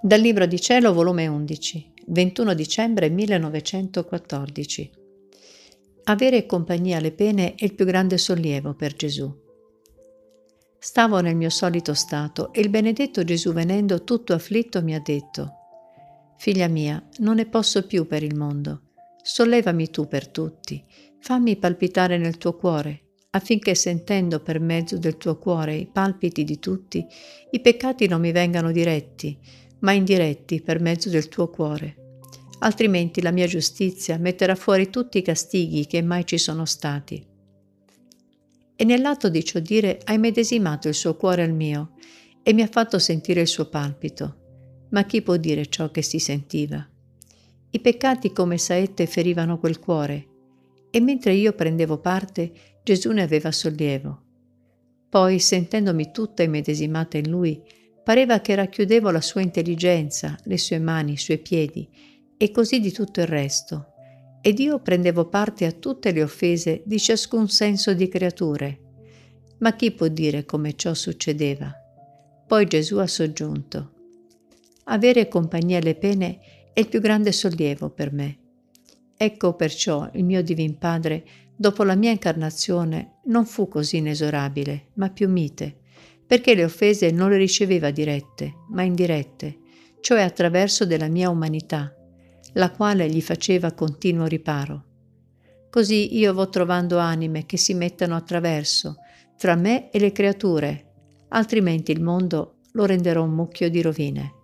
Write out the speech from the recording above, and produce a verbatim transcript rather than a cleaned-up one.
Dal Libro di Cielo, volume undici, ventuno dicembre millenovecentoquattordici. Avere compagnia alle pene è il più grande sollievo per Gesù. Stavo nel mio solito stato e il benedetto Gesù, venendo tutto afflitto, mi ha detto: «Figlia mia, non ne posso più per il mondo. Sollevami tu per tutti, fammi palpitare nel tuo cuore, affinché, sentendo per mezzo del tuo cuore i palpiti di tutti, i peccati non mi vengano diretti, ma indiretti per mezzo del tuo cuore. Altrimenti la mia giustizia metterà fuori tutti i castighi che mai ci sono stati». E nell'atto di ciò dire ha immedesimato il suo cuore al mio e mi ha fatto sentire il suo palpito. Ma chi può dire ciò che si sentiva? I peccati come saette ferivano quel cuore, e mentre io prendevo parte, Gesù ne aveva sollievo. Poi, sentendomi tutta immedesimata in Lui, pareva che racchiudevo la sua intelligenza, le sue mani, i suoi piedi, e così di tutto il resto. Ed io prendevo parte a tutte le offese di ciascun senso di creature. Ma chi può dire come ciò succedeva? Poi Gesù ha soggiunto: «Avere compagnia alle pene è il più grande sollievo per me. Ecco perciò il mio Divin Padre, dopo la mia incarnazione, non fu così inesorabile, ma più mite, perché le offese non le riceveva dirette, ma indirette, cioè attraverso della mia umanità, la quale gli faceva continuo riparo. Così io vo trovando anime che si mettano attraverso, tra me e le creature, altrimenti il mondo lo renderò un mucchio di rovine».